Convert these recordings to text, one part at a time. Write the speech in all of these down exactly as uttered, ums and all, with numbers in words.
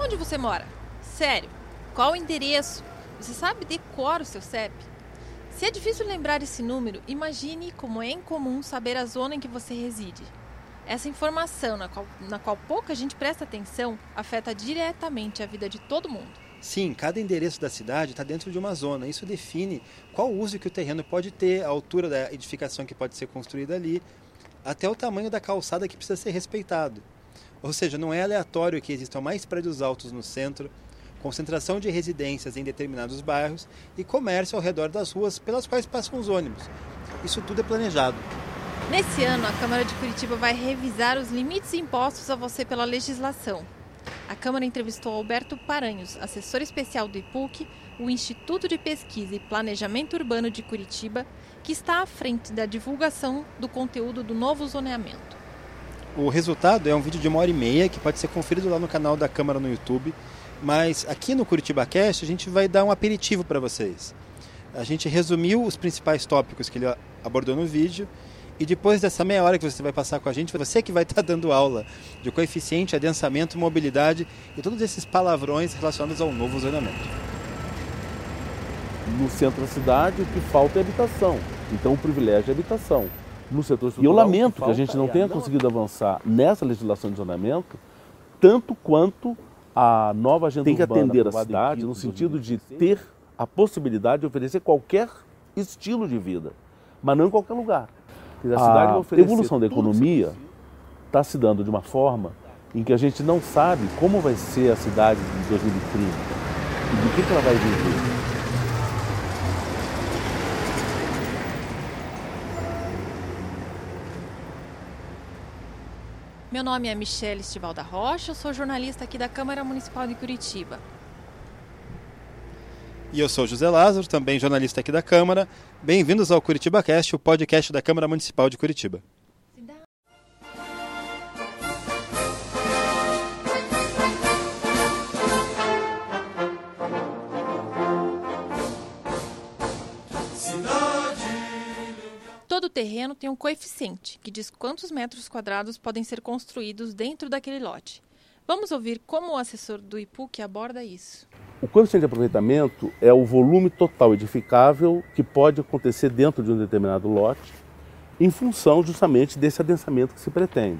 Onde você mora? Sério, qual o endereço? Você sabe decor o seu C E P? Se é difícil lembrar esse número, imagine como é incomum saber a zona em que você reside. Essa informação, na qual, na qual pouca gente presta atenção, afeta diretamente a vida de todo mundo. Sim, cada endereço da cidade está dentro de uma zona. Isso define qual uso que o terreno pode ter, a altura da edificação que pode ser construída ali, até o tamanho da calçada que precisa ser respeitado. Ou seja, não é aleatório que existam mais prédios altos no centro, concentração de residências em determinados bairros e comércio ao redor das ruas pelas quais passam os ônibus. Isso tudo é planejado. Nesse ano, a Câmara de Curitiba vai revisar os limites impostos a você pela legislação. A Câmara entrevistou Alberto Paranhos, assessor especial do I P U C, o Instituto de Pesquisa e Planejamento Urbano de Curitiba, que está à frente da divulgação do conteúdo do novo zoneamento. O resultado é um vídeo de uma hora e meia que pode ser conferido lá no canal da Câmara no YouTube, mas aqui no CuritibaCast a gente vai dar um aperitivo para vocês. A gente resumiu os principais tópicos que ele abordou no vídeo. E depois dessa meia hora que você vai passar com a gente, você que vai estar dando aula de coeficiente, adensamento, mobilidade e todos esses palavrões relacionados ao novo zoneamento. No centro da cidade, o que falta é habitação. Então, o privilégio é habitação. No setor estrutural, e eu lamento que a gente não tenha conseguido avançar nessa legislação de zoneamento, tanto quanto a nova agenda urbana tem que atender a cidade no sentido de ter a possibilidade de oferecer qualquer estilo de vida, mas não em qualquer lugar. A evolução da economia está se dando de uma forma em que a gente não sabe como vai ser a cidade de dois mil e trinta e do que, que ela vai viver. Meu nome é Michele Estival da Rocha, eu sou jornalista aqui da Câmara Municipal de Curitiba. E eu sou José Lázaro, também jornalista aqui da Câmara. Bem-vindos ao CuritibaCast, o podcast da Câmara Municipal de Curitiba. Todo terreno tem um coeficiente que diz quantos metros quadrados podem ser construídos dentro daquele lote. Vamos ouvir como o assessor do I P U C aborda isso. O coeficiente de aproveitamento é o volume total edificável que pode acontecer dentro de um determinado lote, em função justamente desse adensamento que se pretende.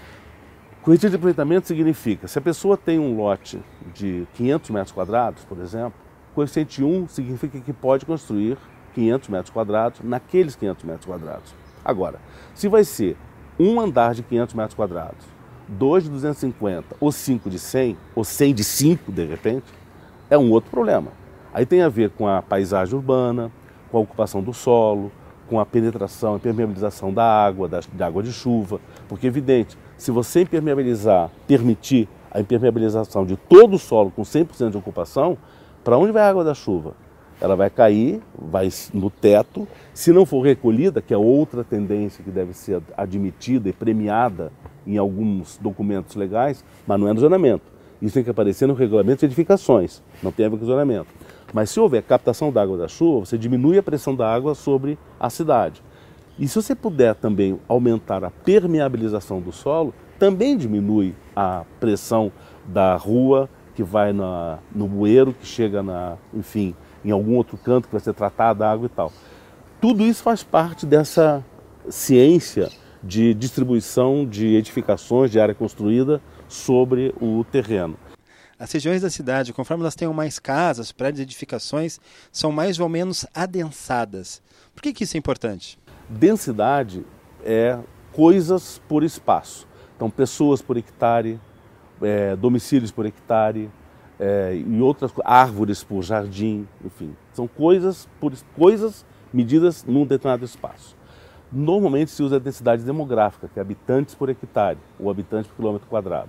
O coeficiente de aproveitamento significa, se a pessoa tem um lote de quinhentos metros quadrados, por exemplo, o coeficiente um significa que pode construir quinhentos metros quadrados naqueles quinhentos metros quadrados. Agora, se vai ser um andar de quinhentos metros quadrados, dois de duzentos e cinquenta, ou cinco de cem, ou cem de cinco de repente, é um outro problema. Aí tem a ver com a paisagem urbana, com a ocupação do solo, com a penetração, a impermeabilização da água, da, da água de chuva, porque é evidente, se você impermeabilizar, permitir a impermeabilização de todo o solo com cem por cento de ocupação, para onde vai a água da chuva? Ela vai cair, vai no teto, se não for recolhida, que é outra tendência que deve ser admitida e premiada em alguns documentos legais, mas não é no zoneamento. Isso tem que aparecer no regulamento de edificações, não tem a ver com zoneamento. Mas se houver captação da água da chuva, você diminui a pressão da água sobre a cidade. E se você puder também aumentar a permeabilização do solo, também diminui a pressão da rua que vai na, no bueiro, que chega na, enfim, em algum outro canto que vai ser tratada a água e tal. Tudo isso faz parte dessa ciência de distribuição de edificações, de área construída sobre o terreno. As regiões da cidade, conforme elas tenham mais casas, prédios e edificações, são mais ou menos adensadas. Por que que isso é importante? Densidade é coisas por espaço. Então, pessoas por hectare, é, domicílios por hectare, é, e outras árvores por jardim, enfim. São coisas, por, coisas medidas num determinado espaço. Normalmente se usa a densidade demográfica, que é habitantes por hectare, ou habitantes por quilômetro quadrado.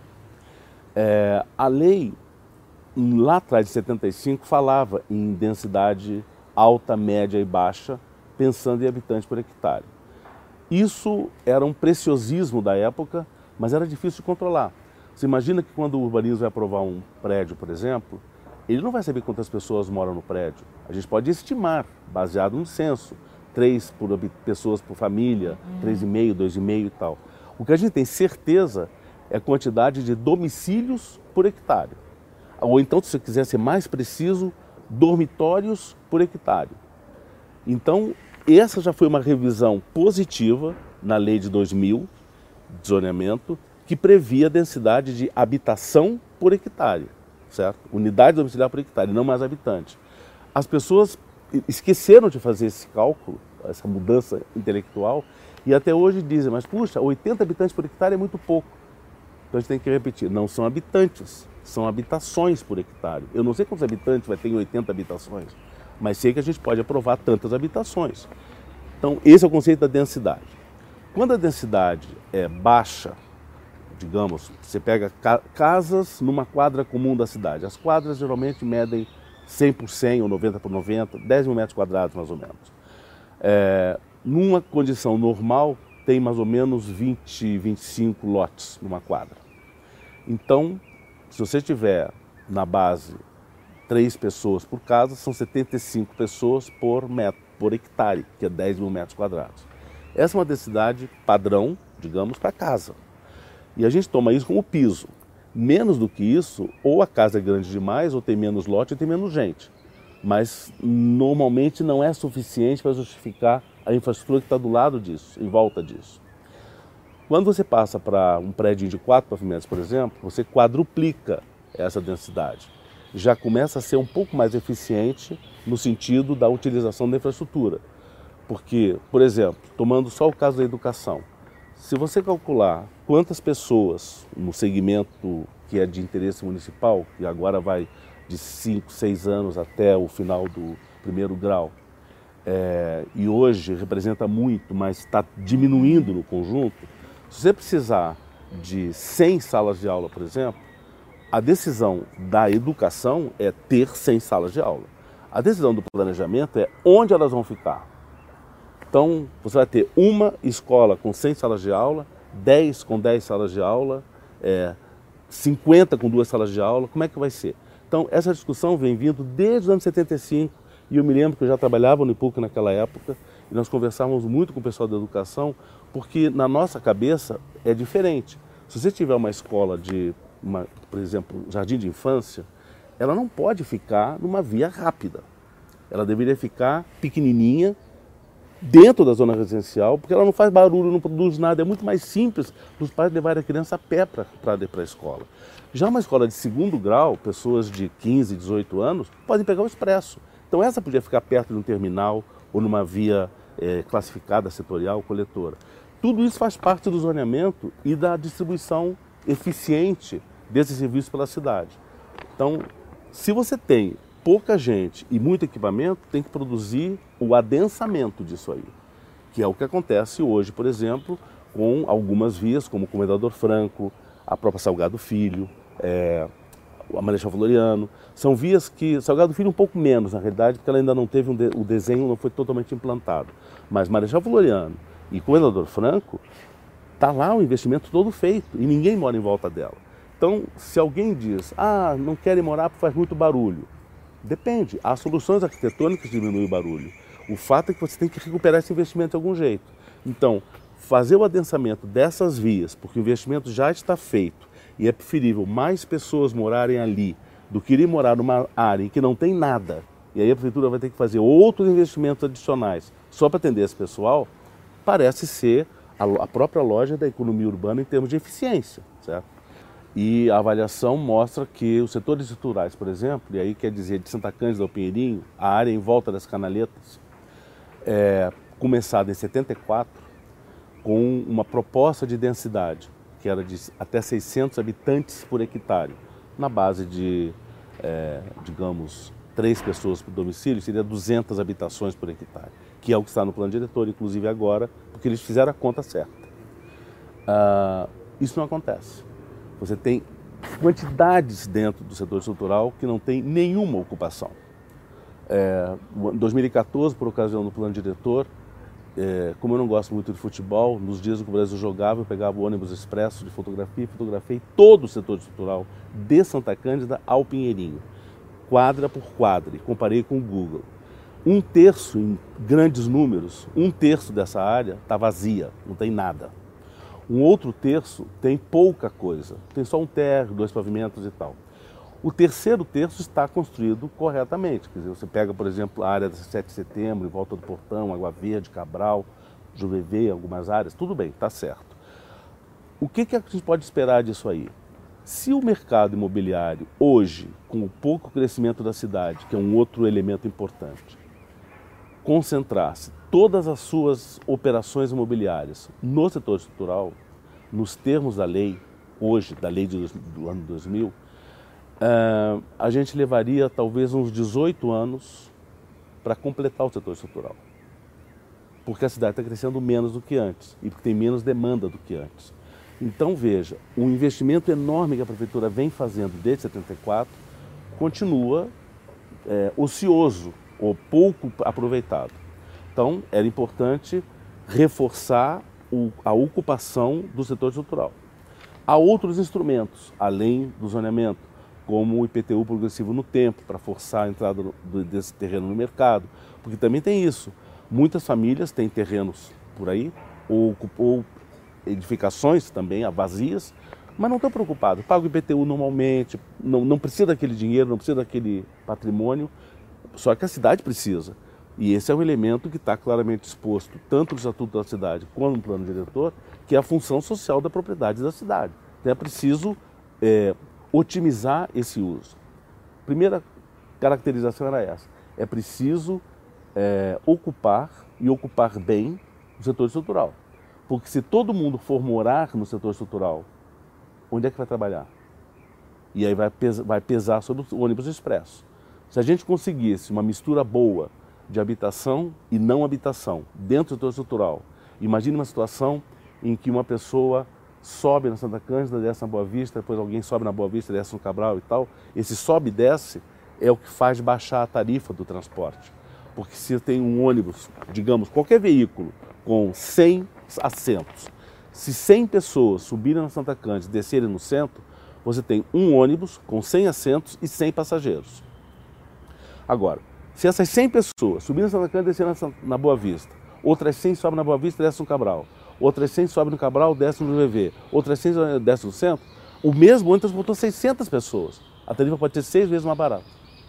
É, a lei, lá atrás de setenta e cinco, falava em densidade alta, média e baixa, pensando em habitantes por hectare. Isso era um preciosismo da época, mas era difícil de controlar. Você imagina que quando o urbanismo vai aprovar um prédio, por exemplo, ele não vai saber quantas pessoas moram no prédio. A gente pode estimar, baseado no censo, três por, pessoas por família, uhum. três e meio, dois e meio e tal. O que a gente tem certeza é a quantidade de domicílios por hectare. ou então, se você quiser ser mais preciso, dormitórios por hectare. Então, essa já foi uma revisão positiva na lei de dois mil, de zoneamento, que previa a densidade de habitação por hectare, certo? Unidade domiciliar por hectare, não mais habitante. As pessoas esqueceram de fazer esse cálculo, essa mudança intelectual, e até hoje dizem, mas puxa, oitenta habitantes por hectare é muito pouco. Então a gente tem que repetir, não são habitantes, são habitações por hectare. Eu não sei quantos habitantes vai ter em oitenta habitações, mas sei que a gente pode aprovar tantas habitações. Então esse é o conceito da densidade. Quando a densidade é baixa, digamos, você pega ca casas numa quadra comum da cidade. As quadras geralmente medem cem por cem ou noventa por noventa, dez mil metros quadrados mais ou menos. É, numa condição normal, tem mais ou menos vinte, vinte e cinco lotes numa quadra. Então, se você tiver na base três pessoas por casa, são setenta e cinco pessoas por, metro, por hectare, que é dez mil metros quadrados. Essa é uma densidade padrão, digamos, para casa. E a gente toma isso como piso. Menos do que isso, ou a casa é grande demais, ou tem menos lote, ou tem menos gente. Mas normalmente não é suficiente para justificar a infraestrutura que está do lado disso, em volta disso. Quando você passa para um prédio de quatro pavimentos, por exemplo, você quadruplica essa densidade. Já começa a ser um pouco mais eficiente no sentido da utilização da infraestrutura. Porque, por exemplo, tomando só o caso da educação, se você calcular quantas pessoas no segmento que é de interesse municipal, que agora vai de cinco, seis anos até o final do primeiro grau, é, e hoje representa muito, mas está diminuindo no conjunto, se você precisar de cem salas de aula, por exemplo, a decisão da educação é ter cem salas de aula. A decisão do planejamento é onde elas vão ficar. Então, você vai ter uma escola com cem salas de aula, dez com dez salas de aula, é, cinquenta com duas salas de aula, como é que vai ser? Então, essa discussão vem vindo desde os anos setenta e cinco, e eu me lembro que eu já trabalhava no I P U C naquela época, e nós conversávamos muito com o pessoal da educação, porque na nossa cabeça é diferente. Se você tiver uma escola de, uma, por exemplo, jardim de infância, ela não pode ficar numa via rápida. Ela deveria ficar pequenininha, dentro da zona residencial, porque ela não faz barulho, não produz nada, é muito mais simples os pais levarem a criança a pé para a escola. Já uma escola de segundo grau, pessoas de quinze, dezoito anos, podem pegar o expresso. Então essa podia ficar perto de um terminal ou numa via é, classificada, setorial, coletora. Tudo isso faz parte do zoneamento e da distribuição eficiente desses serviços pela cidade. Então, se você tem pouca gente e muito equipamento, tem que produzir o adensamento disso aí, que é o que acontece hoje, por exemplo, com algumas vias, como o Comendador Franco, a própria Salgado Filho, é, a Marechal Floriano. São vias que, Salgado Filho um pouco menos, na realidade, porque ela ainda não teve, um de, o desenho não foi totalmente implantado. Mas Marechal Floriano e Comendador Franco, está lá o investimento todo feito e ninguém mora em volta dela. Então, se alguém diz, ah, não querem morar porque faz muito barulho, depende. Há soluções arquitetônicas que diminuem o barulho. O fato é que você tem que recuperar esse investimento de algum jeito. Então, fazer o adensamento dessas vias, porque o investimento já está feito e é preferível mais pessoas morarem ali do que irem morar numa área em que não tem nada, e aí a prefeitura vai ter que fazer outros investimentos adicionais só para atender esse pessoal, parece ser a própria lógica da economia urbana em termos de eficiência, certo? E a avaliação mostra que os setores estruturais, por exemplo, e aí quer dizer de Santa Cândida ao Pinheirinho, a área em volta das canaletas, é, começada em setenta e quatro, com uma proposta de densidade, que era de até seiscentos habitantes por hectare, na base de, é, digamos, três pessoas por domicílio, seria duzentas habitações por hectare, que é o que está no plano diretor, inclusive agora, porque eles fizeram a conta certa. Ah, isso não acontece. Você tem quantidades dentro do setor estrutural que não tem nenhuma ocupação. É, em dois mil e quatorze, por ocasião do plano diretor, é, como eu não gosto muito de futebol, nos dias em que o Brasil jogava, eu pegava o ônibus expresso de fotografia e fotografei todo o setor estrutural de Santa Cândida ao Pinheirinho, quadra por quadra, e comparei com o Google. Um terço, em grandes números, um terço dessa área está vazia, não tem nada. Um outro terço tem pouca coisa, tem só um térreo, dois pavimentos e tal. O terceiro terço está construído corretamente. Quer dizer, você pega, por exemplo, a área da sete de setembro, em volta do Portão, Água Verde, Cabral, Juvevê, algumas áreas, tudo bem, está certo. O que, que a gente pode esperar disso aí? Se o mercado imobiliário hoje, com o pouco crescimento da cidade, que é um outro elemento importante, concentrasse todas as suas operações imobiliárias no setor estrutural, nos termos da lei, hoje, da lei de, do ano dois mil, uh, a gente levaria talvez uns dezoito anos para completar o setor estrutural. Porque a cidade está crescendo menos do que antes e porque tem menos demanda do que antes. Então, veja, o investimento enorme que a Prefeitura vem fazendo desde setenta e quatro continua é, ocioso ou pouco aproveitado. Então, era importante reforçar o, a ocupação do setor estrutural. Há outros instrumentos, além do zoneamento, como o I P T U progressivo no tempo, para forçar a entrada do, desse terreno no mercado, porque também tem isso. Muitas famílias têm terrenos por aí, ou, ou edificações também, vazias, mas não estão preocupados. Pagam o I P T U normalmente, não, não precisa daquele dinheiro, não precisa daquele patrimônio, só que a cidade precisa. E esse é um elemento que está claramente exposto, tanto no Estatuto da Cidade quanto no Plano Diretor, que é a função social da propriedade da cidade. Então é preciso é, otimizar esse uso. Primeira caracterização era essa. É preciso é, ocupar e ocupar bem o setor estrutural. Porque se todo mundo for morar no setor estrutural, onde é que vai trabalhar? E aí vai pesar, vai pesar sobre o ônibus expresso. Se a gente conseguisse uma mistura boa de habitação e não habitação dentro do setor estrutural, imagine uma situação em que uma pessoa sobe na Santa Cândida, desce na Boa Vista, depois alguém sobe na Boa Vista, desce no Cabral e tal. Esse sobe e desce é o que faz baixar a tarifa do transporte. Porque se tem um ônibus, digamos, qualquer veículo com cem assentos, se cem pessoas subirem na Santa Cândida e descerem no centro, você tem um ônibus com cem assentos e cem passageiros. Agora, se essas cem pessoas subirem na Santa Cândida e descerem na Boa Vista, outras cem sobem na Boa Vista e descem no Cabral, outras cem sobem no Cabral, descem no Juvevê, outras cem descem no centro, o mesmo ônibus transportou seiscentas pessoas. A tarifa pode ser seis vezes mais barata.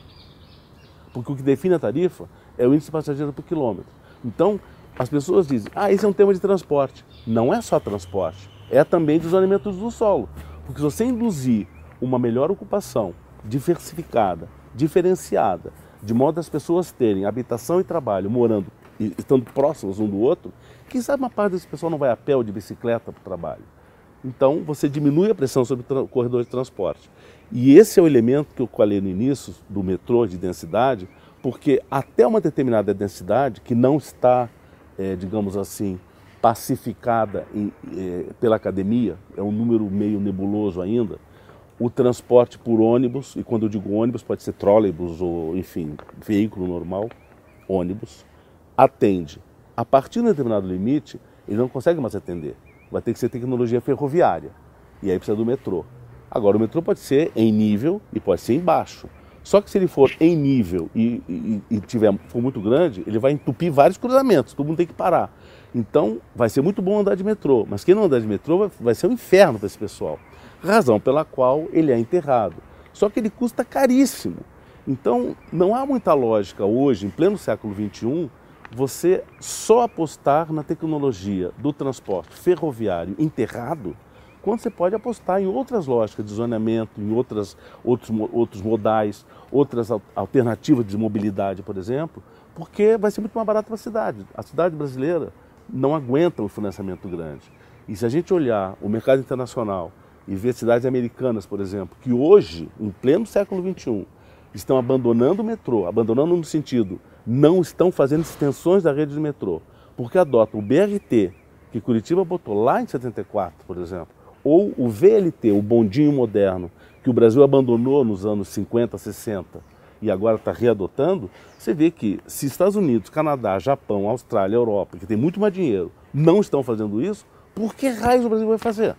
Porque o que define a tarifa é o índice de passageiro por quilômetro. Então, as pessoas dizem, ah, esse é um tema de transporte. Não é só transporte, é também de zoneamento do solo. Porque se você induzir uma melhor ocupação, diversificada, diferenciada, de modo as pessoas terem habitação e trabalho morando e estando próximos um do outro, quem sabe uma parte desse pessoal não vai a pé ou de bicicleta para o trabalho. Então, você diminui a pressão sobre o corredor de transporte. E esse é o elemento que eu falei no início do metrô de densidade, porque até uma determinada densidade que não está, é, digamos assim, pacificada em, é, pela academia, é um número meio nebuloso ainda, o transporte por ônibus, e quando eu digo ônibus pode ser trólebus ou, enfim, veículo normal, ônibus, atende. A partir de um determinado limite, ele não consegue mais atender. Vai ter que ser tecnologia ferroviária. E aí precisa do metrô. Agora, o metrô pode ser em nível e pode ser embaixo. Só que se ele for em nível e, e, e tiver, for muito grande, ele vai entupir vários cruzamentos, todo mundo tem que parar. Então, vai ser muito bom andar de metrô, mas quem não andar de metrô vai, vai ser um inferno para esse pessoal. Razão pela qual ele é enterrado. Só que ele custa caríssimo. Então, não há muita lógica hoje, em pleno século vinte e um, você só apostar na tecnologia do transporte ferroviário enterrado, quando você pode apostar em outras lógicas de zoneamento, em outras, outros, outros modais, outras alternativas de mobilidade, por exemplo, porque vai ser muito mais barato para a cidade. A cidade brasileira não aguenta um financiamento grande. E se a gente olhar o mercado internacional e ver cidades americanas, por exemplo, que hoje, em pleno século vinte e um, estão abandonando o metrô, abandonando no sentido, não estão fazendo extensões da rede de metrô, porque adotam o B R T, que Curitiba botou lá em setenta e quatro, por exemplo, ou o V L T, o bondinho moderno, que o Brasil abandonou nos anos cinquenta, sessenta e agora está readotando, você vê que se Estados Unidos, Canadá, Japão, Austrália, Europa, que tem muito mais dinheiro, não estão fazendo isso, por que raios o Brasil vai fazer?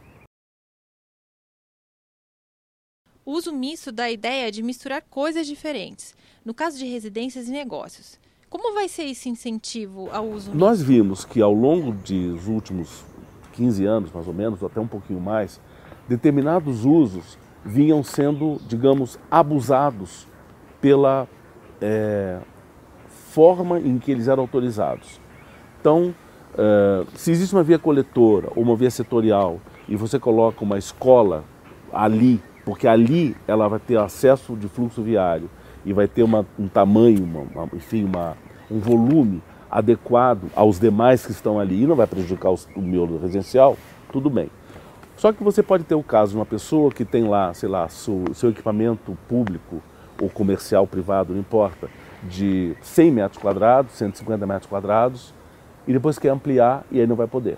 O uso misto dá a ideia de misturar coisas diferentes, no caso de residências e negócios. Como vai ser esse incentivo ao uso misto? Nós vimos que ao longo dos últimos quinze anos, mais ou menos, ou até um pouquinho mais, determinados usos vinham sendo, digamos, abusados pela é, forma em que eles eram autorizados. Então, é, se existe uma via coletora ou uma via setorial e você coloca uma escola ali, porque ali ela vai ter acesso de fluxo viário e vai ter uma, um tamanho, uma, uma, enfim, uma, um volume adequado aos demais que estão ali e não vai prejudicar os, o miolo residencial, tudo bem. Só que você pode ter o caso de uma pessoa que tem lá, sei lá, seu, seu equipamento público ou comercial, privado, não importa, de cem metros quadrados, cento e cinquenta metros quadrados, e depois quer ampliar e aí não vai poder.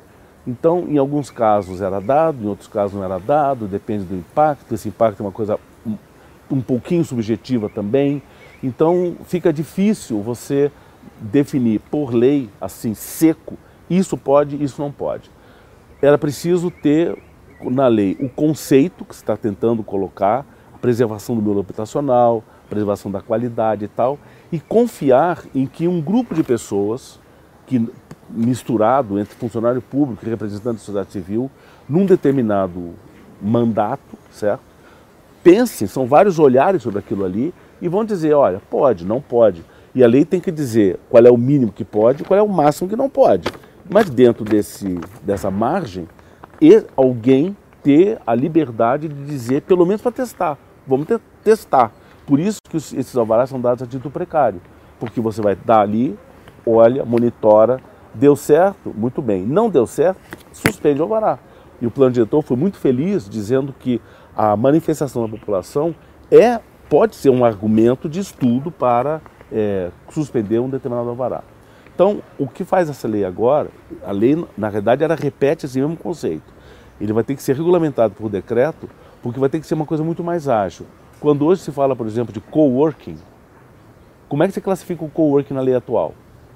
Então, em alguns casos era dado, em outros casos não era dado, depende do impacto, esse impacto é uma coisa um, um pouquinho subjetiva também, então fica difícil você definir por lei, assim, seco, isso pode, isso não pode. Era preciso ter na lei o conceito que você está tentando colocar, a preservação do meio habitacional, a preservação da qualidade e tal, e confiar em que um grupo de pessoas, que, misturado entre funcionário público e representante da sociedade civil, num determinado mandato, certo? Pensem, são vários olhares sobre aquilo ali e vão dizer, olha, pode, não pode. E a lei tem que dizer qual é o mínimo que pode e qual é o máximo que não pode. Mas dentro desse, dessa margem, e alguém ter a liberdade de dizer, pelo menos para testar, vamos te testar. Por isso que os, esses alvarás são dados a título precário, porque você vai dar ali, olha, monitora, deu certo, muito bem, não deu certo, suspende o alvará. E o plano diretor foi muito feliz dizendo que a manifestação da população é, pode ser um argumento de estudo para é, suspender um determinado alvará. Então, o que faz essa lei agora, a lei, na realidade, ela repete esse mesmo conceito. Ele vai ter que ser regulamentado por decreto, porque vai ter que ser uma coisa muito mais ágil. Quando hoje se fala, por exemplo, de coworking, como é que você classifica o coworking na lei atual?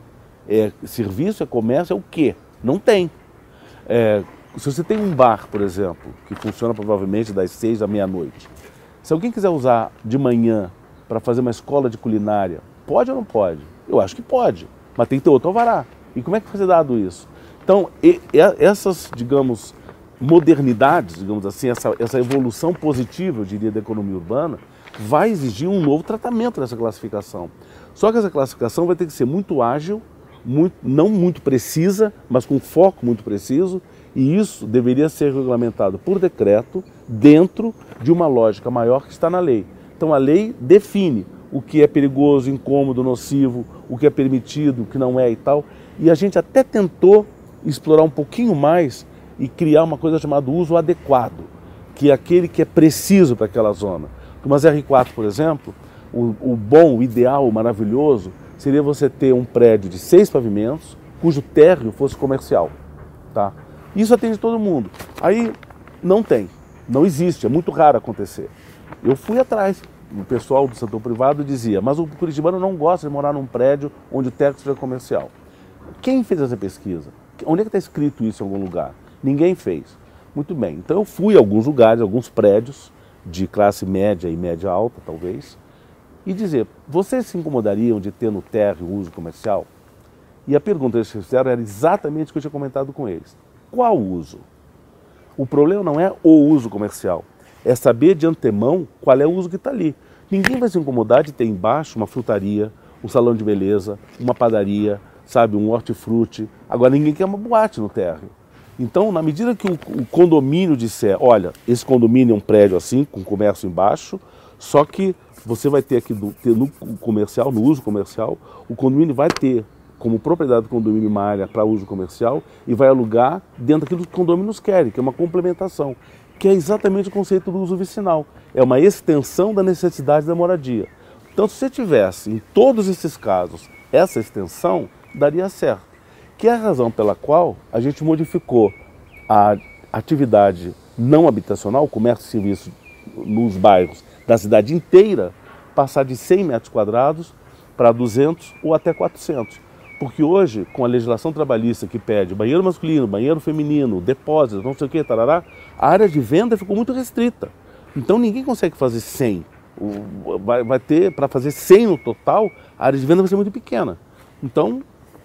É serviço, é comércio, é o quê? Não tem. É, se você tem um bar, por exemplo, que funciona provavelmente das seis à meia-noite, se alguém quiser usar de manhã para fazer uma escola de culinária, pode ou não pode? Eu acho que pode. Mas tem que ter outro alvará. E como é que vai ser dado isso? Então, e, e, essas, digamos, modernidades, digamos assim, essa, essa evolução positiva, eu diria, da economia urbana, vai exigir um novo tratamento dessa classificação. Só que essa classificação vai ter que ser muito ágil, muito, não muito precisa, mas com foco muito preciso, e isso deveria ser regulamentado por decreto dentro de uma lógica maior que está na lei. Então, a lei define o que é perigoso, incômodo, nocivo, o que é permitido, o que não é e tal. E a gente até tentou explorar um pouquinho mais e criar uma coisa chamada uso adequado, que é aquele que é preciso para aquela zona. Umas R quatro, por exemplo, o, o bom, o ideal, o maravilhoso, seria você ter um prédio de seis pavimentos, cujo térreo fosse comercial. Tá? Isso atende todo mundo. Aí não tem, não existe, é muito raro acontecer. Eu fui atrás. O pessoal do setor privado dizia, mas o curitibano não gosta de morar num prédio onde o teto seja comercial. Quem fez essa pesquisa? Onde é que está escrito isso em algum lugar? Ninguém fez. Muito bem, então eu fui a alguns lugares, alguns prédios de classe média e média alta, talvez, e dizer, vocês se incomodariam de ter no térreo uso comercial? E a pergunta que eles fizeram era exatamente o que eu tinha comentado com eles. Qual uso? O problema não é o uso comercial. É saber de antemão qual é o uso que está ali. Ninguém vai se incomodar de ter embaixo uma frutaria, um salão de beleza, uma padaria, sabe, um hortifruti. Agora ninguém quer uma boate no térreo. Então, na medida que o, o condomínio disser, olha, esse condomínio é um prédio assim, com comércio embaixo, só que você vai ter aqui do, ter no comercial, no uso comercial, o condomínio vai ter como propriedade do condomínio uma área para uso comercial e vai alugar dentro daquilo que os condomínios querem, que é uma complementação, que é exatamente o conceito do uso vicinal. É uma extensão da necessidade da moradia. Então, se você tivesse, em todos esses casos, essa extensão, daria certo. Que é a razão pela qual a gente modificou a atividade não habitacional, o comércio e serviço nos bairros da cidade inteira, passar de cem metros quadrados para duzentos ou até quatrocentos. Porque hoje, com a legislação trabalhista que pede banheiro masculino, banheiro feminino, depósitos, não sei o que, tarará, a área de venda ficou muito restrita. Então ninguém consegue fazer cem. Vai, vai ter, para fazer cem no total, a área de venda vai ser muito pequena. Então,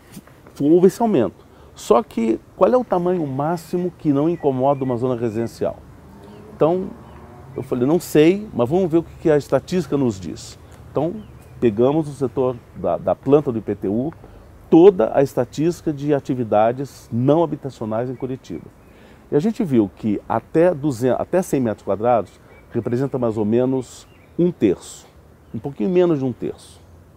houve esse aumento. Só que, qual é o tamanho máximo que não incomoda uma zona residencial? Então, Eu falei, não sei, mas vamos ver o que a estatística nos diz. Então, pegamos o setor da, da planta do I P T U, toda a estatística de atividades não habitacionais em Curitiba. E a gente viu que até, duzentos, até cem metros quadrados representa mais ou menos um terço, um pouquinho menos de um terço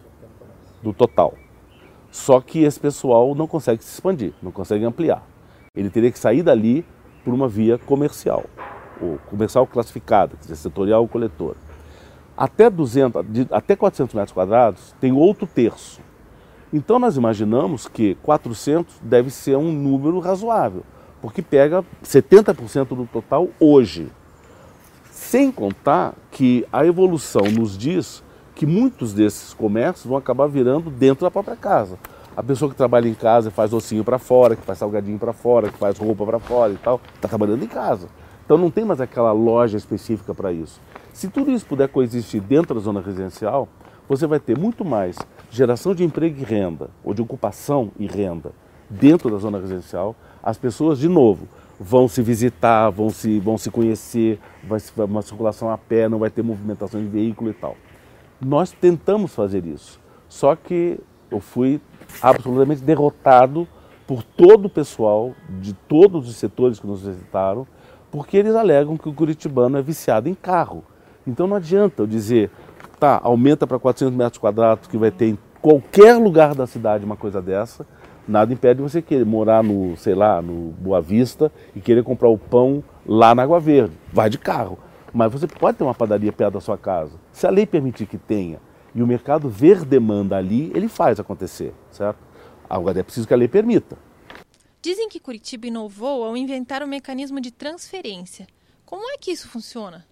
do total. Só que esse pessoal não consegue se expandir, não consegue ampliar. Ele teria que sair dali por uma via comercial, ou comercial classificada, quer dizer, setorial ou coletora. Até, duzentos, de, até quatrocentos metros quadrados tem outro terço. Então nós imaginamos que quatrocentos deve ser um número razoável, porque pega setenta por cento do total hoje. Sem contar que a evolução nos diz que muitos desses comércios vão acabar virando dentro da própria casa. A pessoa que trabalha em casa faz docinho para fora, que faz salgadinho para fora, que faz roupa para fora e tal, está trabalhando em casa. Então não tem mais aquela loja específica para isso. Se tudo isso puder coexistir dentro da zona residencial, você vai ter muito mais geração de emprego e renda, ou de ocupação e renda, dentro da zona residencial. As pessoas, de novo, vão se visitar, vão se, vão se conhecer, vai ser uma circulação a pé, não vai ter movimentação de veículo e tal. Nós tentamos fazer isso, só que eu fui absolutamente derrotado por todo o pessoal, de todos os setores que nos visitaram, porque eles alegam que o curitibano é viciado em carro. Então não adianta eu dizer, tá, aumenta para quatrocentos metros quadrados, que vai ter em qualquer lugar da cidade uma coisa dessa, nada impede você querer morar no, sei lá, no Boa Vista e querer comprar o pão lá na Água Verde. Vai de carro. Mas você pode ter uma padaria perto da sua casa. Se a lei permitir que tenha e o mercado ver demanda ali, ele faz acontecer, certo? Agora é preciso que a lei permita. Dizem que Curitiba inovou ao inventar o mecanismo de transferência. Como é que isso funciona?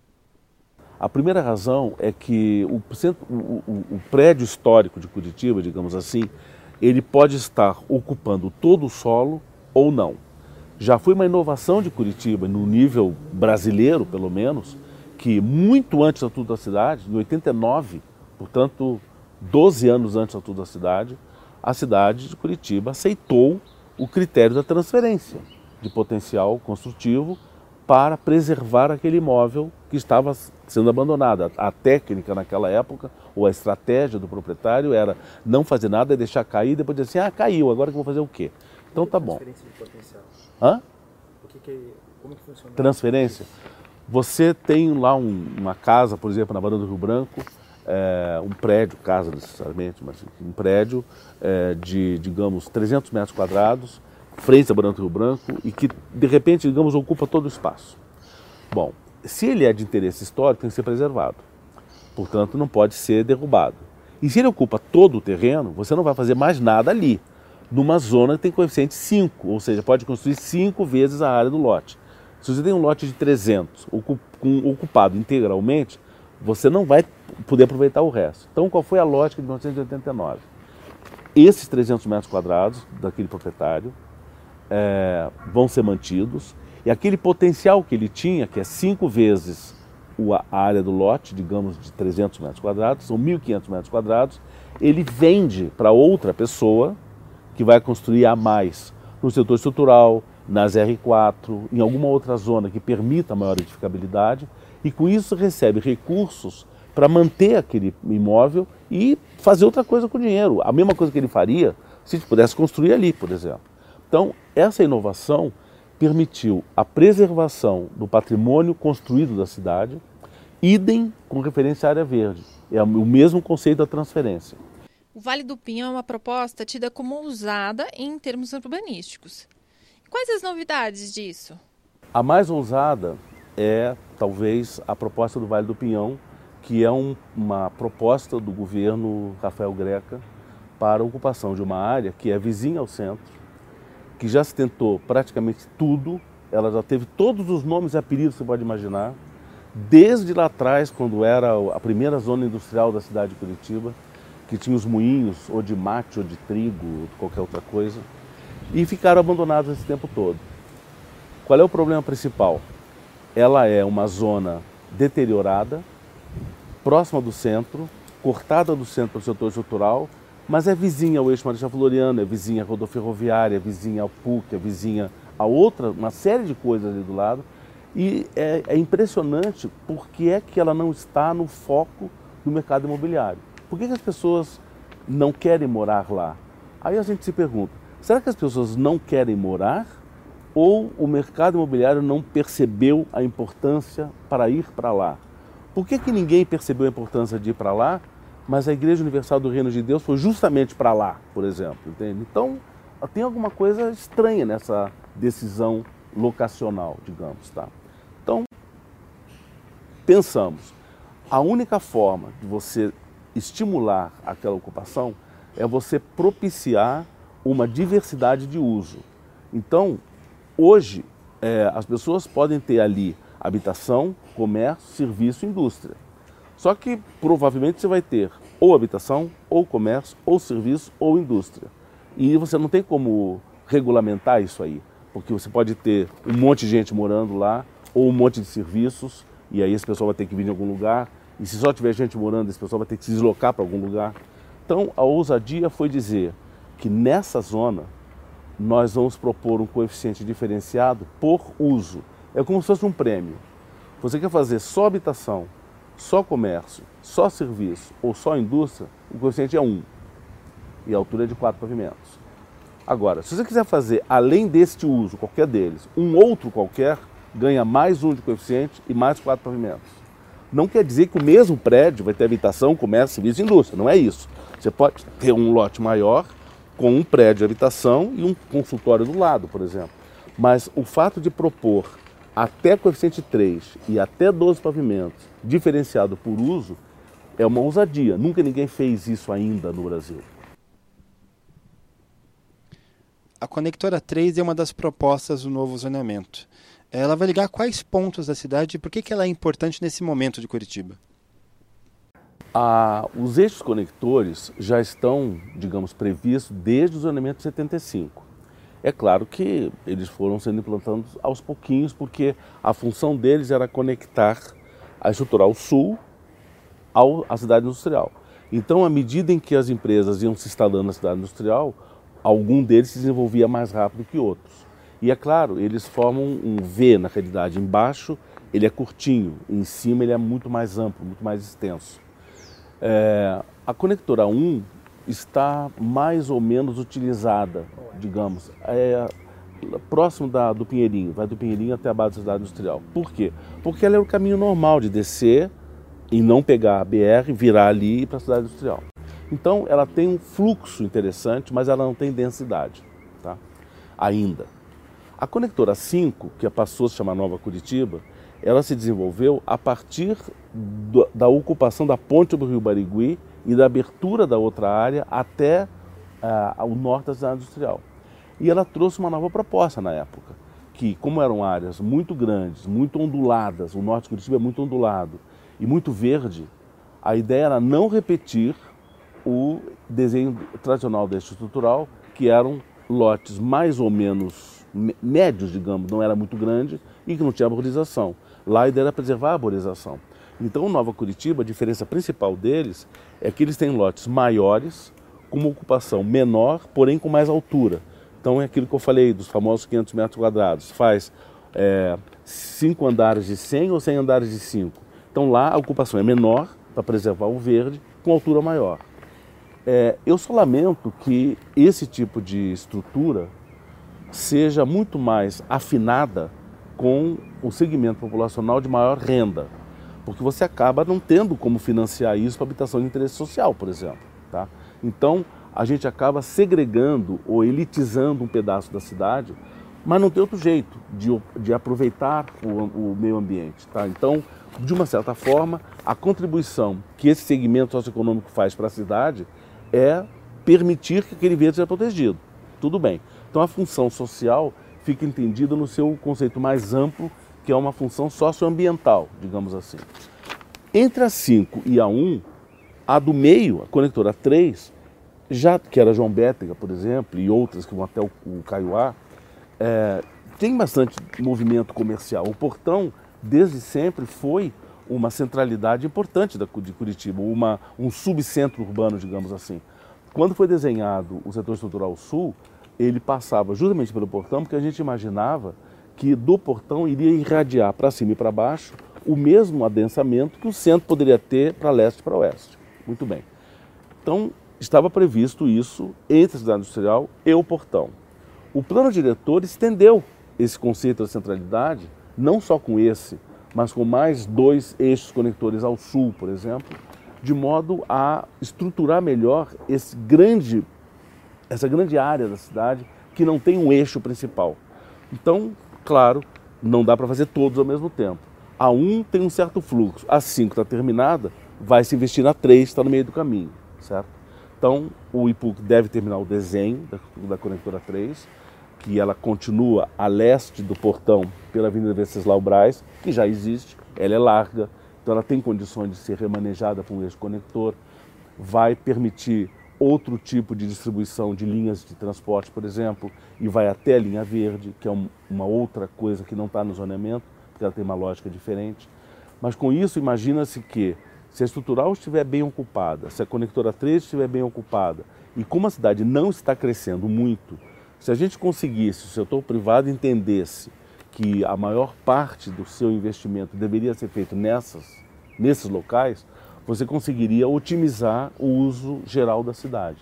A primeira razão é que o, o, o, o prédio histórico de Curitiba, digamos assim, ele pode estar ocupando todo o solo ou não. Já foi uma inovação de Curitiba, no nível brasileiro, pelo menos, que muito antes do Estatuto da Cidade, em oitenta e nove, portanto, doze anos antes do Estatuto da Cidade, a cidade de Curitiba aceitou o critério da transferência de potencial construtivo para preservar aquele imóvel que estava sendo abandonado. A técnica naquela época, ou a estratégia do proprietário era não fazer nada, deixar cair e depois dizer assim, ah, caiu, agora que eu vou fazer o quê? Então tá bom. Transferência de potencial. Hã? O que que, como que funciona? Transferência. Você tem lá um, uma casa, por exemplo, na Barão do Rio Branco, é, um prédio, casa necessariamente, mas um prédio é, de, digamos, trezentos metros quadrados, frente à Barão do Rio Branco, e que, de repente, digamos, ocupa todo o espaço. Bom, se ele é de interesse histórico, tem que ser preservado. Portanto, não pode ser derrubado. E se ele ocupa todo o terreno, você não vai fazer mais nada ali, numa zona que tem coeficiente cinco, ou seja, pode construir cinco vezes a área do lote. Se você tem um lote de trezentos ocupado integralmente, você não vai poder aproveitar o resto. Então, qual foi a lógica de mil novecentos e oitenta e nove? Esses trezentos metros quadrados daquele proprietário é, vão ser mantidos, e aquele potencial que ele tinha, que é cinco vezes a área do lote, digamos, de trezentos metros quadrados, são mil e quinhentos metros quadrados, ele vende para outra pessoa que vai construir a mais no setor estrutural, nas R quatro, em alguma outra zona que permita maior edificabilidade, e com isso recebe recursos para manter aquele imóvel e fazer outra coisa com o dinheiro. A mesma coisa que ele faria se pudesse construir ali, por exemplo. Então, essa inovação permitiu a preservação do patrimônio construído da cidade, idem com referência à área verde. É o mesmo conceito da transferência. O Vale do Pinhão é uma proposta tida como ousada em termos urbanísticos. Quais as novidades disso? A mais ousada é, talvez, a proposta do Vale do Pinhão, que é um, uma proposta do governo Rafael Greca para a ocupação de uma área que é vizinha ao centro, que já se tentou praticamente tudo, ela já teve todos os nomes e apelidos que você pode imaginar, desde lá atrás, quando era a primeira zona industrial da cidade de Curitiba, que tinha os moinhos, ou de mate, ou de trigo, ou de qualquer outra coisa, e ficaram abandonados esse tempo todo. Qual é o problema principal? Ela é uma zona deteriorada, próxima do centro, cortada do centro para o setor estrutural, mas é vizinha ao eixo Marechal Floriano, é vizinha à rodoferroviária, é vizinha ao P U C, é vizinha a outra, uma série de coisas ali do lado. E é, é impressionante porque é que ela não está no foco do mercado imobiliário. Por que que as pessoas não querem morar lá? Aí a gente se pergunta, será que as pessoas não querem morar ou o mercado imobiliário não percebeu a importância para ir para lá? Por que que ninguém percebeu a importância de ir para lá, mas a Igreja Universal do Reino de Deus foi justamente para lá, por exemplo, entende? Então, tem alguma coisa estranha nessa decisão locacional, digamos, tá? Então, pensamos, a única forma de você estimular aquela ocupação é você propiciar uma diversidade de uso. Então, hoje, é, as pessoas podem ter ali habitação, comércio, serviço e indústria. Só que provavelmente você vai ter ou habitação, ou comércio, ou serviço, ou indústria. E você não tem como regulamentar isso aí, porque você pode ter um monte de gente morando lá, ou um monte de serviços, e aí esse pessoal vai ter que vir de algum lugar, e se só tiver gente morando, esse pessoal vai ter que se deslocar para algum lugar. Então, a ousadia foi dizer que nessa zona nós vamos propor um coeficiente diferenciado por uso. É como se fosse um prêmio. Você quer fazer só habitação, só comércio, só serviço ou só indústria, o coeficiente é um. E a altura é de quatro pavimentos. Agora, se você quiser fazer, além deste uso, qualquer deles, um outro qualquer, ganha mais um de coeficiente e mais quatro pavimentos. Não quer dizer que o mesmo prédio vai ter habitação, comércio, serviço e indústria. Não é isso. Você pode ter um lote maior com um prédio de habitação e um consultório do lado, por exemplo. Mas o fato de propor até coeficiente três e até doze pavimentos, diferenciado por uso, é uma ousadia. Nunca ninguém fez isso ainda no Brasil. A Conectora três é uma das propostas do novo zoneamento. Ela vai ligar quais pontos da cidade e por que que ela é importante nesse momento de Curitiba? Ah, os eixos conectores já estão, digamos, previstos desde o zoneamento de setenta e cinco. É claro que eles foram sendo implantados aos pouquinhos, porque a função deles era conectar a estrutural sul ao, à cidade industrial. Então, à medida em que as empresas iam se instalando na cidade industrial, algum deles se desenvolvia mais rápido que outros. E é claro, eles formam um V na realidade. Embaixo ele é curtinho, em cima ele é muito mais amplo, muito mais extenso. É, a Conectora um está mais ou menos utilizada, digamos, é, próximo da, do Pinheirinho, vai do Pinheirinho até a base da cidade industrial. Por quê? Porque ela é o caminho normal de descer e não pegar a B R, virar ali e ir para a cidade industrial. Então ela tem um fluxo interessante, mas ela não tem densidade, tá? Ainda. A Conectora cinco, que passou a se chamar Nova Curitiba, ela se desenvolveu a partir do, da ocupação da ponte do Rio Barigui e da abertura da outra área até uh, o norte da cidade industrial. E ela trouxe uma nova proposta na época, que como eram áreas muito grandes, muito onduladas, o norte de Curitiba é muito ondulado e muito verde, a ideia era não repetir o desenho tradicional deste estrutural, que eram lotes mais ou menos médios, digamos, não era muito grande e que não tinha arborização. Lá a ideia era preservar a arborização. Então, Nova Curitiba, a diferença principal deles é que eles têm lotes maiores, com uma ocupação menor, porém com mais altura. Então, é aquilo que eu falei dos famosos quinhentos metros quadrados. Faz é, cinco andares de cem ou cem andares de cinco. Então, lá a ocupação é menor, para preservar o verde, com altura maior. É, eu só lamento que esse tipo de estrutura seja muito mais afinada com o segmento populacional de maior renda, porque você acaba não tendo como financiar isso para habitação de interesse social, por exemplo. Tá? Então, a gente acaba segregando ou elitizando um pedaço da cidade, mas não tem outro jeito de, de aproveitar o, o meio ambiente. Tá? Então, de uma certa forma, a contribuição que esse segmento socioeconômico faz para a cidade é permitir que aquele verde seja protegido. Tudo bem. Então, a função social fica entendida no seu conceito mais amplo, que é uma função socioambiental, digamos assim. Entre a cinco e a um, a do meio, a Conectora três, já que era João Bétega, por exemplo, e outras que vão até o, o Caiuá, é, tem bastante movimento comercial. O Portão, desde sempre, foi uma centralidade importante da, de Curitiba, uma, um subcentro urbano, digamos assim. Quando foi desenhado o setor estrutural sul, ele passava justamente pelo Portão, porque a gente imaginava que do portão iria irradiar para cima e para baixo o mesmo adensamento que o centro poderia ter para leste e para oeste. Muito bem. Então, estava previsto isso entre a cidade industrial e o portão. O plano diretor estendeu esse conceito da centralidade, não só com esse, mas com mais dois eixos conectores ao sul, por exemplo, de modo a estruturar melhor esse grande, essa grande área da cidade que não tem um eixo principal. Então, claro, não dá para fazer todos ao mesmo tempo. A um tem um certo fluxo, a cinco está terminada, vai se investir na três, está no meio do caminho, certo? Então, o I P U C deve terminar o desenho da, da conectora três, que ela continua a leste do portão pela Avenida Venceslau Braz, que já existe, ela é larga, então ela tem condições de ser remanejada por um eixo conector, vai permitir outro tipo de distribuição de linhas de transporte, por exemplo, e vai até a linha verde, que é um, uma outra coisa que não está no zoneamento, porque ela tem uma lógica diferente. Mas com isso, imagina-se que se a estrutural estiver bem ocupada, se a conectora três estiver bem ocupada, e como a cidade não está crescendo muito, se a gente conseguisse, se o setor privado entendesse que a maior parte do seu investimento deveria ser feito nessas, nesses locais, você conseguiria otimizar o uso geral da cidade.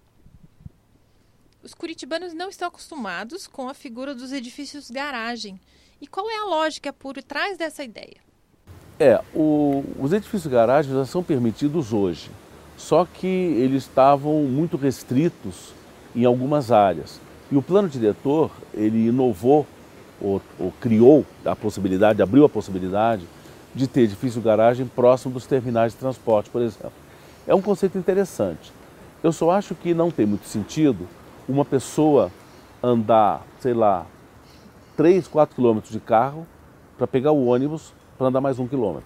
Os curitibanos não estão acostumados com a figura dos edifícios garagem. E qual é a lógica por trás dessa ideia? É, o, os edifícios garagem já são permitidos hoje, só que eles estavam muito restritos em algumas áreas. E o plano diretor, ele inovou, ou, ou criou a possibilidade, abriu a possibilidade de ter edifício garagem próximo dos terminais de transporte, por exemplo. É um conceito interessante. Eu só acho que não tem muito sentido uma pessoa andar, sei lá, três, quatro quilômetros de carro para pegar o ônibus para andar mais um quilômetro.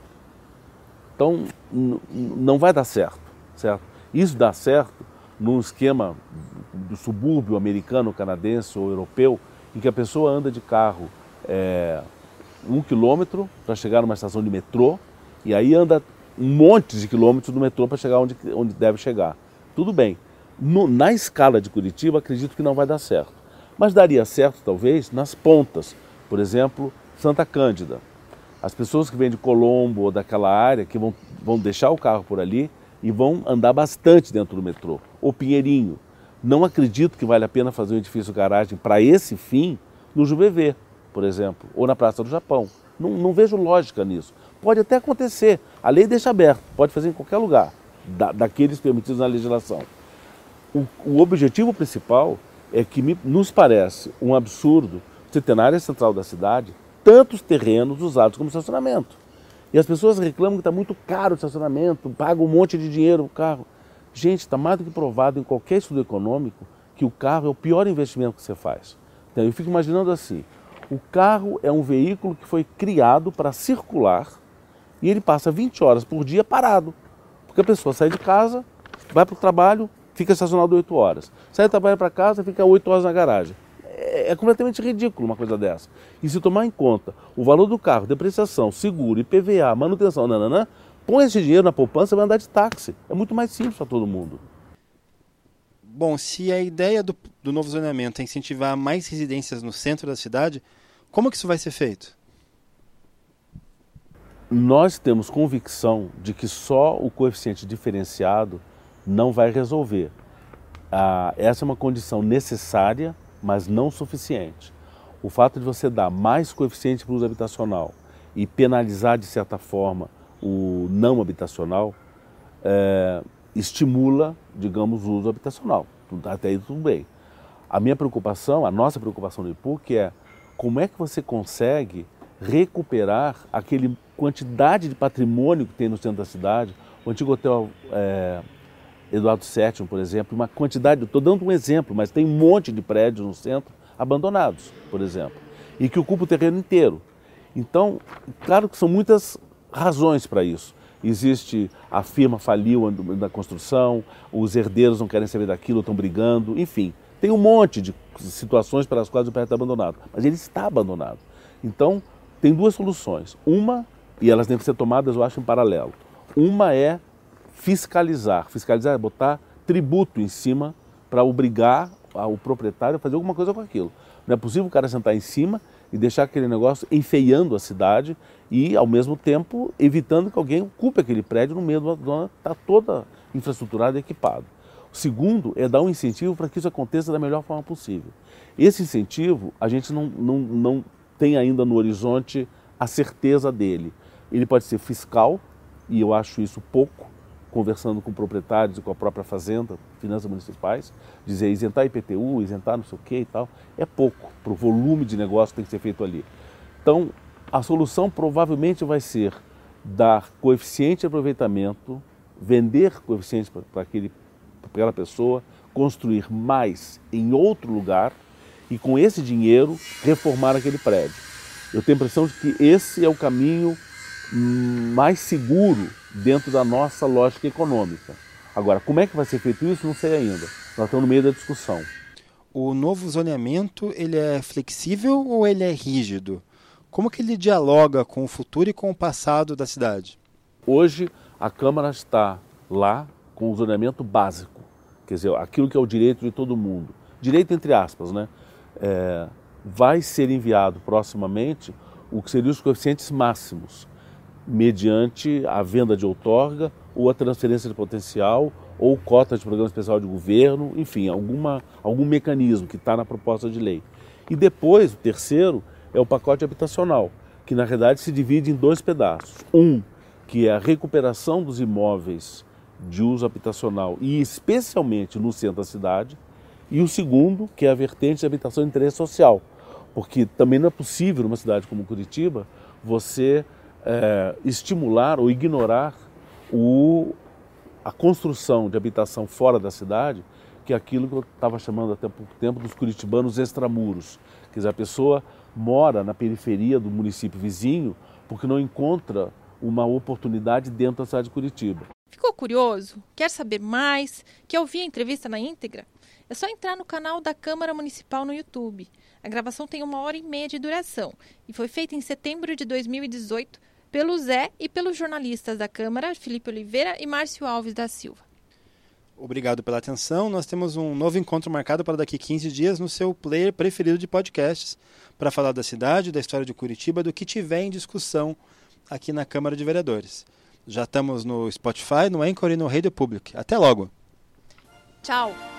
Então, não vai dar certo, certo? Isso dá certo num esquema do subúrbio americano, canadense ou europeu, em que a pessoa anda de carro é, um quilômetro para chegar numa estação de metrô e aí anda um monte de quilômetros no metrô para chegar onde, onde deve chegar. Tudo bem. No, na escala de Curitiba, acredito que não vai dar certo. Mas daria certo, talvez, nas pontas. Por exemplo, Santa Cândida. As pessoas que vêm de Colombo ou daquela área, que vão, vão deixar o carro por ali e vão andar bastante dentro do metrô. Ou Pinheirinho. Não acredito que vale a pena fazer um edifício garagem para esse fim no J B V, por exemplo, ou na Praça do Japão. Não, não vejo lógica nisso. Pode até acontecer. A lei deixa aberto. Pode fazer em qualquer lugar, da, daqueles permitidos na legislação. O, o objetivo principal é que me, nos parece um absurdo você ter na área central da cidade tantos terrenos usados como estacionamento. E as pessoas reclamam que está muito caro o estacionamento, pagam um monte de dinheiro no carro. Gente, está mais do que provado em qualquer estudo econômico que o carro é o pior investimento que você faz. Então, eu fico imaginando assim, o carro é um veículo que foi criado para circular e ele passa vinte horas por dia parado. Porque a pessoa sai de casa, vai para o trabalho, fica estacionado oito horas. Sai do trabalho para casa, fica oito horas na garagem. É, é completamente ridículo uma coisa dessa. E se tomar em conta o valor do carro, depreciação, seguro, I P V A, manutenção, nananã, põe esse dinheiro na poupança e vai andar de táxi. É muito mais simples para todo mundo. Bom, se a ideia do, do novo zoneamento é incentivar mais residências no centro da cidade, como que isso vai ser feito? Nós temos convicção de que só o coeficiente diferenciado não vai resolver. Ah, essa é uma condição necessária, mas não suficiente. O fato de você dar mais coeficiente para o uso habitacional e penalizar, de certa forma, o não habitacional, é, estimula, digamos, o uso habitacional. Até aí tudo bem. A minha preocupação, a nossa preocupação no I P U C é como é que você consegue recuperar aquele quantidade de patrimônio que tem no centro da cidade. O antigo hotel é, Eduardo sétimo, por exemplo, uma quantidade, estou dando um exemplo, mas tem um monte de prédios no centro abandonados, por exemplo, e que ocupam o terreno inteiro. Então, claro que são muitas razões para isso. Existe, a firma faliu na construção, os herdeiros não querem saber daquilo, estão brigando, enfim. Tem um monte de situações pelas quais o prédio está abandonado, mas ele está abandonado. Então, tem duas soluções. Uma, e elas têm que ser tomadas, eu acho, em paralelo. Uma é fiscalizar. Fiscalizar é botar tributo em cima para obrigar o proprietário a fazer alguma coisa com aquilo. Não é possível o cara sentar em cima e deixar aquele negócio enfeiando a cidade e, ao mesmo tempo, evitando que alguém ocupe aquele prédio no meio de uma zona que está toda infraestruturada e equipada. O segundo é dar um incentivo para que isso aconteça da melhor forma possível. Esse incentivo, a gente não, não, não tem ainda no horizonte a certeza dele. Ele pode ser fiscal, e eu acho isso pouco, conversando com proprietários e com a própria Fazenda, finanças municipais, dizer isentar I P T U, isentar não sei o que e tal, é pouco para o volume de negócio que tem que ser feito ali. Então, a solução provavelmente vai ser dar coeficiente de aproveitamento, vender coeficiente para aquela pessoa, construir mais em outro lugar e com esse dinheiro reformar aquele prédio. Eu tenho a impressão de que esse é o caminho mais seguro dentro da nossa lógica econômica. Agora, como é que vai ser feito isso? Não sei ainda. Nós estamos no meio da discussão. O novo zoneamento, ele é flexível ou ele é rígido? Como que ele dialoga com o futuro e com o passado da cidade? Hoje, a Câmara está lá com o zoneamento básico, quer dizer, aquilo que é o direito de todo mundo. Direito entre aspas, né? É, vai ser enviado proximamente o que seriam os coeficientes máximos, mediante a venda de outorga ou a transferência de potencial ou cota de programa especial de governo, enfim, alguma, algum mecanismo que está na proposta de lei. E depois, o terceiro, é o pacote habitacional, que na realidade se divide em dois pedaços. Um, que é a recuperação dos imóveis de uso habitacional e especialmente no centro da cidade, e o segundo, que é a vertente de habitação de interesse social, porque também não é possível numa cidade como Curitiba você é, estimular ou ignorar o, a construção de habitação fora da cidade, que é aquilo que eu estava chamando até pouco tempo dos curitibanos extramuros. Quer dizer, a pessoa mora na periferia do município vizinho porque não encontra uma oportunidade dentro da cidade de Curitiba. Ficou curioso? Quer saber mais? Quer ouvir a entrevista na íntegra? É só entrar no canal da Câmara Municipal no YouTube. A gravação tem uma hora e meia de duração e foi feita em setembro de dois mil e dezoito pelo Zé e pelos jornalistas da Câmara, Felipe Oliveira e Márcio Alves da Silva. Obrigado pela atenção. Nós temos um novo encontro marcado para daqui a quinze dias no seu player preferido de podcasts para falar da cidade, da história de Curitiba, do que tiver em discussão aqui na Câmara de Vereadores. Já estamos no Spotify, no Anchor e no Radio Public. Até logo! Tchau!